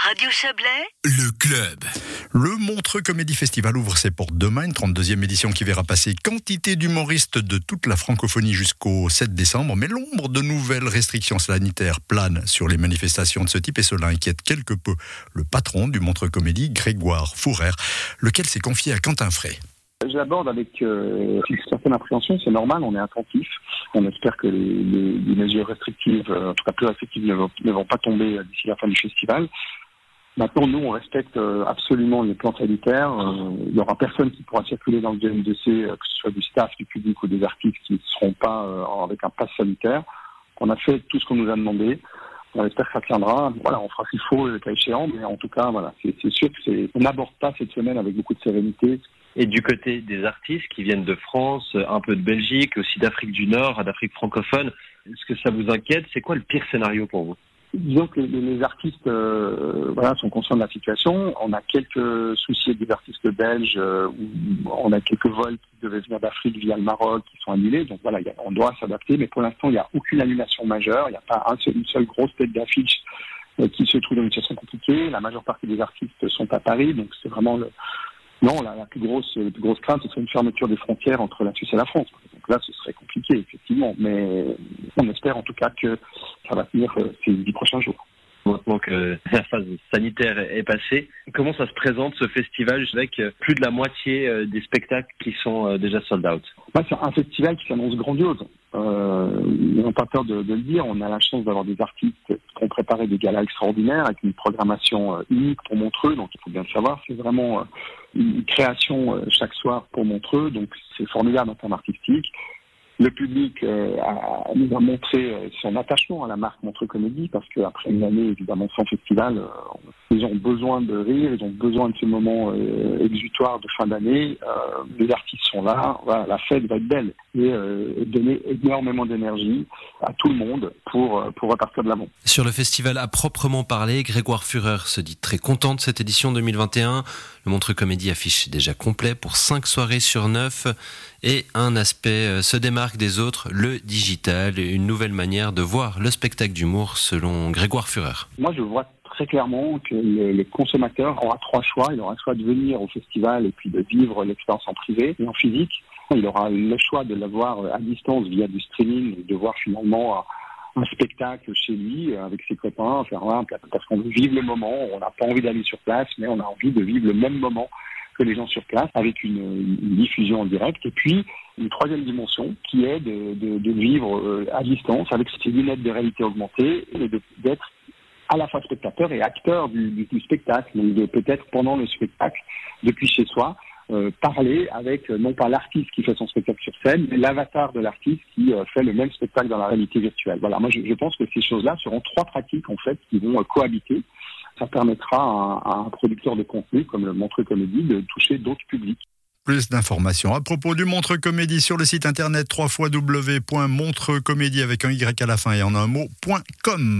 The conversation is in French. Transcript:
Radio Chablais, le club. Le Montreux Comédie Festival ouvre ses portes demain, une 32e édition qui verra passer quantité d'humoristes de toute la francophonie jusqu'au 7 décembre. Mais l'ombre de nouvelles restrictions sanitaires plane sur les manifestations de ce type et cela inquiète quelque peu le patron du Montreux Comédie, Grégoire Fourer, lequel s'est confié à Quentin Frey. Je l'aborde avec une certaine appréhension, c'est normal, on est attentif. On espère que les mesures restrictives, en tout cas plus restrictives, ne vont pas tomber d'ici la fin du festival. Maintenant, nous, on respecte absolument les plans sanitaires. Il n'y aura personne qui pourra circuler dans le GMDC, que ce soit du staff, du public ou des artistes qui ne seront pas avec un pass sanitaire. On a fait tout ce qu'on nous a demandé. On espère que ça tiendra. Voilà, on fera ce qu'il faut, le cas échéant, mais en tout cas, voilà, c'est sûr qu'on n'aborde pas cette semaine avec beaucoup de sérénité. Et du côté des artistes qui viennent de France, un peu de Belgique, aussi d'Afrique du Nord, d'Afrique francophone, est-ce que ça vous inquiète? C'est quoi le pire scénario pour vous? Disons que les artistes sont conscients de la situation. On a quelques soucis avec des artistes belges, on a quelques vols qui devaient venir d'Afrique via le Maroc qui sont annulés. Donc voilà, on doit s'adapter, mais pour l'instant, il n'y a aucune annulation majeure. Il n'y a pas une seule grosse tête d'affiche qui se trouve dans une situation compliquée. La majeure partie des artistes sont à Paris, donc c'est vraiment la plus grosse crainte, ce serait une fermeture des frontières entre la Suisse et la France. Donc là, ce serait compliqué, effectivement. Mais on espère en tout cas que ça va tenir ces 10 prochains jours. Maintenant que la phase sanitaire est passée, comment ça se présente ce festival avec plus de la moitié des spectacles qui sont déjà sold out? C'est un festival qui s'annonce grandiose. On n'a pas peur de le dire. On a la chance d'avoir des artistes qui ont préparé des galas extraordinaires avec une programmation unique pour Montreux. Donc il faut bien le savoir, c'est vraiment une création chaque soir pour Montreux. Donc c'est formidable en termes artistiques. Le public nous a montré son attachement à la marque Montreux Comédie parce qu'après une année évidemment sans festival, ils ont besoin de rire, ils ont besoin de ce moment exutoire de fin d'année. Les artistes sont là, voilà, la fête va être belle et donner énormément d'énergie à tout le monde pour repartir de l'avant. Sur le festival à proprement parler, Grégoire Fourer se dit très content de cette édition 2021. Le Montreux Comédie affiche déjà complet pour 5 soirées sur 9 et un aspect se démarque des autres, le digital, une nouvelle manière de voir le spectacle d'humour selon Grégoire Fourer. Moi je vois très clairement que le consommateur aura 3 choix. Il aura le choix de venir au festival et puis de vivre l'expérience en privé et en physique. Il aura le choix de l'avoir à distance via du streaming et de voir finalement un spectacle chez lui avec ses copains, parce qu'on veut vivre le moment, on n'a pas envie d'aller sur place, mais on a envie de vivre le même moment que les gens sur place avec une diffusion en direct. Et puis une troisième dimension qui est de vivre à distance avec ces lunettes de réalité augmentée et d'être à la fois spectateur et acteur du spectacle, donc de peut-être pendant le spectacle, depuis chez soi, parler avec non pas l'artiste qui fait son spectacle sur scène, mais l'avatar de l'artiste qui fait le même spectacle dans la réalité virtuelle. Voilà, moi je pense que ces choses-là seront 3 pratiques en fait qui vont cohabiter. Ça permettra à un producteur de contenu comme le Montreux Comédie de toucher d'autres publics. Plus d'informations à propos du Montreux Comédie sur le site internet www.montreuxcomédie avec un Y à la fin et en un mot.com.